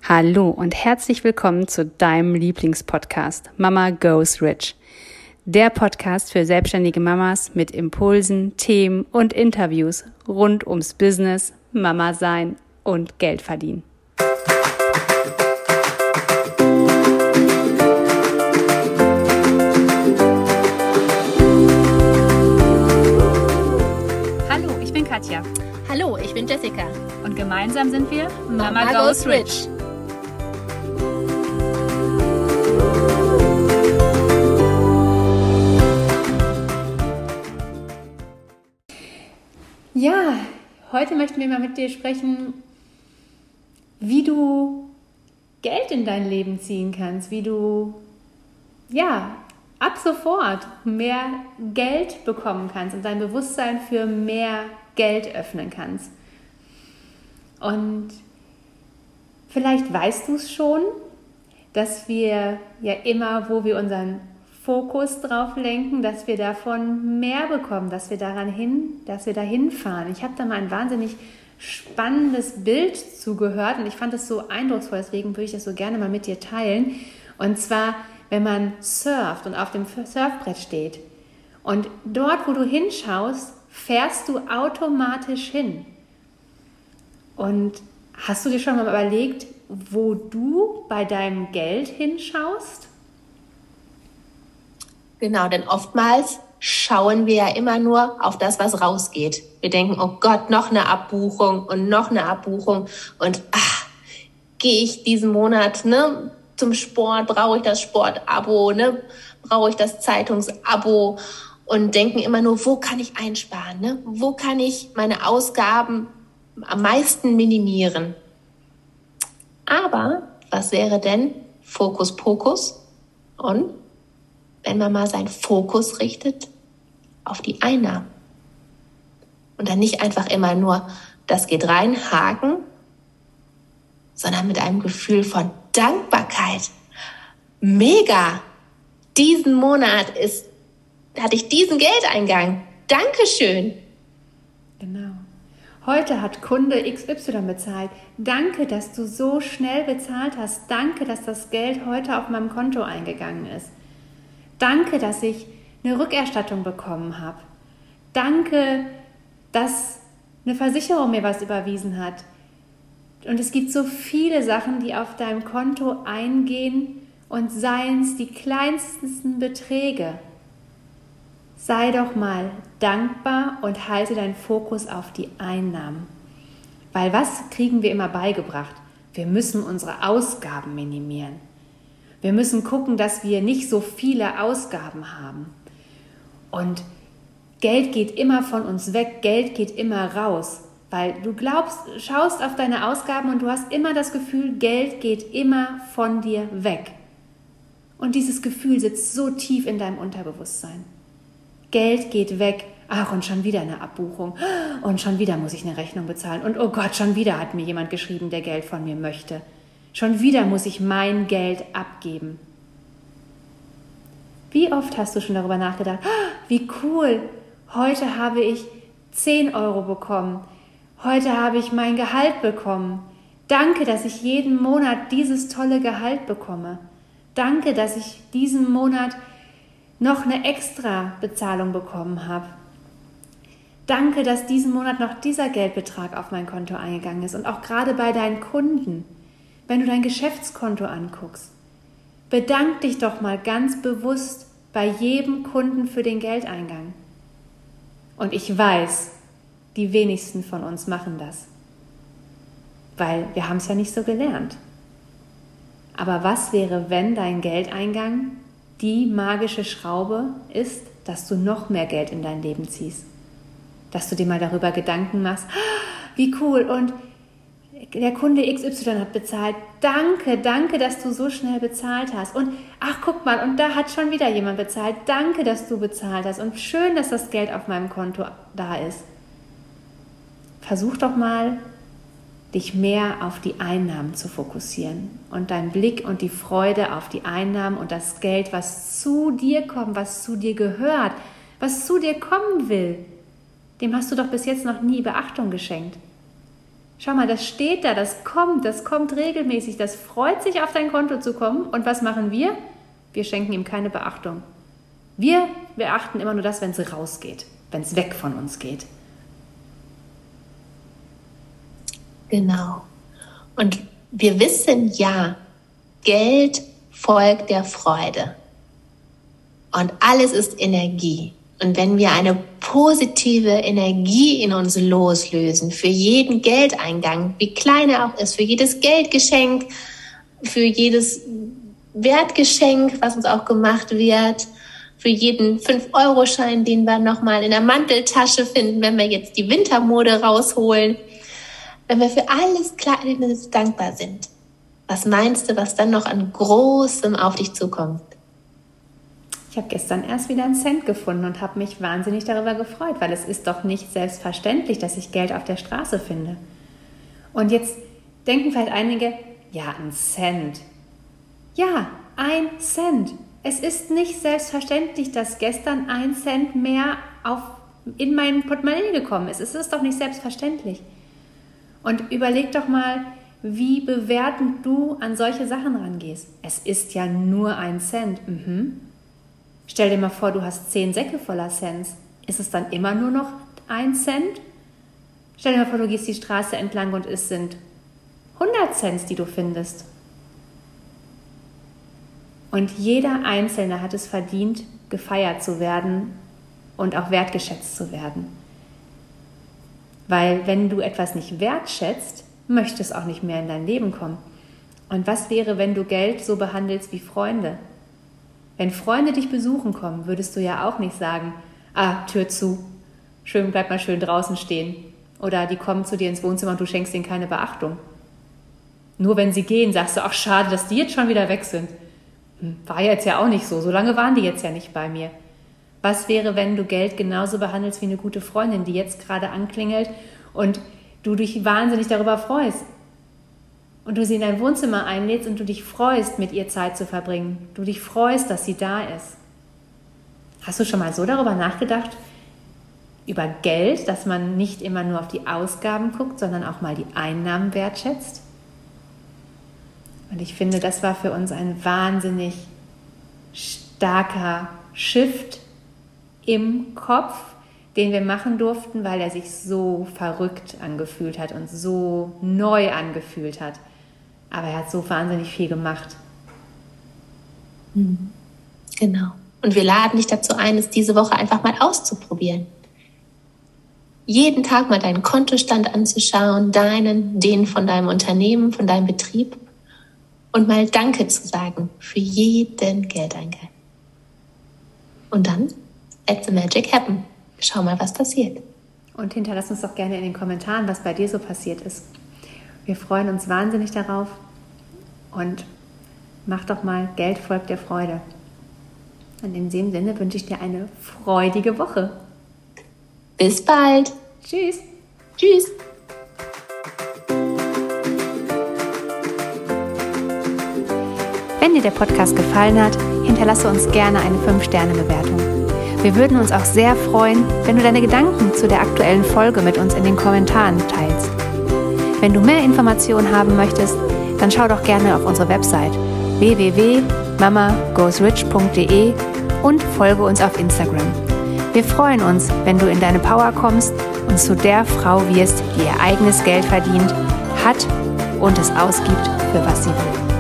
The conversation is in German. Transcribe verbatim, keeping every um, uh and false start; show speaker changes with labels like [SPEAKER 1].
[SPEAKER 1] Hallo und herzlich willkommen zu deinem Lieblingspodcast Mama Goes Rich. Der Podcast für selbstständige Mamas mit Impulsen, Themen und Interviews rund ums Business, Mama sein und Geld verdienen. Hallo, ich bin Katja.
[SPEAKER 2] Hallo, ich bin Jessica.
[SPEAKER 1] Und gemeinsam sind wir
[SPEAKER 2] Mama, Mama Goes Rich.
[SPEAKER 1] Ja, heute möchten wir mal mit dir sprechen, wie du Geld in dein Leben ziehen kannst, wie du ja ab sofort mehr Geld bekommen kannst und dein Bewusstsein für mehr Geld öffnen kannst. Und vielleicht weißt du es schon, dass wir ja immer, wo wir unseren Fokus drauf lenken, dass wir davon mehr bekommen, dass wir daran hin, dass wir dahin fahren. Ich habe da mal ein wahnsinnig spannendes Bild zugehört und ich fand es so eindrucksvoll, deswegen würde ich das so gerne mal mit dir teilen. Und zwar, wenn man surft und auf dem Surfbrett steht und dort, wo du hinschaust, fährst du automatisch hin. Und hast du dir schon mal überlegt, wo du bei deinem Geld hinschaust?
[SPEAKER 2] Genau, denn oftmals schauen wir ja immer nur auf das, was rausgeht. Wir denken, oh Gott, noch eine Abbuchung und noch eine Abbuchung und ach, gehe ich diesen Monat ne, zum Sport, brauche ich das Sportabo, ne, brauche ich das Zeitungsabo und denken immer nur, wo kann ich einsparen, ne? Wo kann ich meine Ausgaben am meisten minimieren? Aber was wäre denn Fokus Pokus und wenn man mal seinen Fokus richtet auf die Einnahmen und dann nicht einfach immer nur, das geht rein, Haken, sondern mit einem Gefühl von Dankbarkeit. Mega! Diesen Monat ist, hatte ich diesen Geldeingang. Dankeschön!
[SPEAKER 1] Genau. Heute hat Kunde X Y bezahlt. Danke, dass du so schnell bezahlt hast. Danke, dass das Geld heute auf meinem Konto eingegangen ist. Danke, dass ich eine Rückerstattung bekommen habe. Danke, dass eine Versicherung mir was überwiesen hat. Und es gibt so viele Sachen, die auf deinem Konto eingehen und seien es die kleinsten Beträge. Sei doch mal dankbar und halte deinen Fokus auf die Einnahmen. Weil was kriegen wir immer beigebracht? Wir müssen unsere Ausgaben minimieren. Wir müssen gucken, dass wir nicht so viele Ausgaben haben. Und Geld geht immer von uns weg, Geld geht immer raus. Weil du glaubst, schaust auf deine Ausgaben und du hast immer das Gefühl, Geld geht immer von dir weg. Und dieses Gefühl sitzt so tief in deinem Unterbewusstsein. Geld geht weg. Ach, und schon wieder eine Abbuchung. Und schon wieder muss ich eine Rechnung bezahlen. Und oh Gott, schon wieder hat mir jemand geschrieben, der Geld von mir möchte. Schon wieder muss ich mein Geld abgeben. Wie oft hast du schon darüber nachgedacht, wie cool, heute habe ich zehn Euro bekommen, heute habe ich mein Gehalt bekommen. Danke, dass ich jeden Monat dieses tolle Gehalt bekomme. Danke, dass ich diesen Monat noch eine extra Bezahlung bekommen habe. Danke, dass diesen Monat noch dieser Geldbetrag auf mein Konto eingegangen ist und auch gerade bei deinen Kunden. Wenn du dein Geschäftskonto anguckst, bedank dich doch mal ganz bewusst bei jedem Kunden für den Geldeingang. Und ich weiß, die wenigsten von uns machen das, weil wir haben es ja nicht so gelernt. Aber was wäre, wenn dein Geldeingang die magische Schraube ist, dass du noch mehr Geld in dein Leben ziehst? Dass du dir mal darüber Gedanken machst, wie cool und der Kunde X Y hat bezahlt. Danke, danke, dass du so schnell bezahlt hast. Und ach, guck mal, und da hat schon wieder jemand bezahlt. Danke, dass du bezahlt hast. Und schön, dass das Geld auf meinem Konto da ist. Versuch doch mal, dich mehr auf die Einnahmen zu fokussieren und deinen Blick und die Freude auf die Einnahmen und das Geld, was zu dir kommt, was zu dir gehört, was zu dir kommen will, dem hast du doch bis jetzt noch nie Beachtung geschenkt. Schau mal, das steht da, das kommt, das kommt regelmäßig, das freut sich, auf dein Konto zu kommen. Und was machen wir? Wir schenken ihm keine Beachtung. Wir beachten immer nur das, wenn es rausgeht, wenn es weg von uns geht.
[SPEAKER 2] Genau. Und wir wissen ja, Geld folgt der Freude. Und alles ist Energie. Und wenn wir eine positive Energie in uns loslösen, für jeden Geldeingang, wie klein er auch ist, für jedes Geldgeschenk, für jedes Wertgeschenk, was uns auch gemacht wird, für jeden fünf Euro Schein, den wir nochmal in der Manteltasche finden, wenn wir jetzt die Wintermode rausholen, wenn wir für alles Kleines dankbar sind, was meinst du, was dann noch an Großem auf dich zukommt?
[SPEAKER 1] Ich habe gestern erst wieder einen Cent gefunden und habe mich wahnsinnig darüber gefreut, weil es ist doch nicht selbstverständlich, dass ich Geld auf der Straße finde. Und jetzt denken vielleicht einige, ja, ein Cent. Ja, ein Cent. Es ist nicht selbstverständlich, dass gestern ein Cent mehr auf, in mein Portemonnaie gekommen ist. Es ist doch nicht selbstverständlich. Und überleg doch mal, wie bewertend du an solche Sachen rangehst. Es ist ja nur ein Cent. Mhm. Stell dir mal vor, du hast zehn Säcke voller Cents. Ist es dann immer nur noch ein Cent? Stell dir mal vor, du gehst die Straße entlang und es sind hundert Cents, die du findest. Und jeder Einzelne hat es verdient, gefeiert zu werden und auch wertgeschätzt zu werden. Weil wenn du etwas nicht wertschätzt, möchte es auch nicht mehr in dein Leben kommen. Und was wäre, wenn du Geld so behandelst wie Freunde? Wenn Freunde dich besuchen kommen, würdest du ja auch nicht sagen, ah, Tür zu, schön, bleib mal schön draußen stehen. Oder die kommen zu dir ins Wohnzimmer und du schenkst ihnen keine Beachtung. Nur wenn sie gehen, sagst du, ach schade, dass die jetzt schon wieder weg sind. War jetzt ja auch nicht so, so lange waren die jetzt ja nicht bei mir. Was wäre, wenn du Geld genauso behandelst wie eine gute Freundin, die jetzt gerade anklingelt und du dich wahnsinnig darüber freust? Und du sie in dein Wohnzimmer einlädst und du dich freust, mit ihr Zeit zu verbringen. Du dich freust, dass sie da ist. Hast du schon mal so darüber nachgedacht, über Geld, dass man nicht immer nur auf die Ausgaben guckt, sondern auch mal die Einnahmen wertschätzt? Und ich finde, das war für uns ein wahnsinnig starker Shift im Kopf, den wir machen durften, weil er sich so verrückt angefühlt hat und so neu angefühlt hat. Aber er hat so wahnsinnig viel gemacht.
[SPEAKER 2] Genau. Und wir laden dich dazu ein, es diese Woche einfach mal auszuprobieren. Jeden Tag mal deinen Kontostand anzuschauen, deinen, den von deinem Unternehmen, von deinem Betrieb und mal Danke zu sagen für jeden Geldeingang. Und dann let the magic happen. Schau mal, was passiert.
[SPEAKER 1] Und hinterlass uns doch gerne in den Kommentaren, was bei dir so passiert ist. Wir freuen uns wahnsinnig darauf und mach doch mal Geld folgt der Freude. Und in dem Sinne wünsche ich dir eine freudige Woche.
[SPEAKER 2] Bis bald.
[SPEAKER 1] Tschüss.
[SPEAKER 2] Tschüss.
[SPEAKER 1] Wenn dir der Podcast gefallen hat, hinterlasse uns gerne eine fünf Sterne Bewertung. Wir würden uns auch sehr freuen, wenn du deine Gedanken zu der aktuellen Folge mit uns in den Kommentaren teilst. Wenn du mehr Informationen haben möchtest, dann schau doch gerne auf unsere Website w w w punkt mama goes rich punkt d e und folge uns auf Instagram. Wir freuen uns, wenn du in deine Power kommst und zu der Frau wirst, die ihr eigenes Geld verdient, hat und es ausgibt, für was sie will.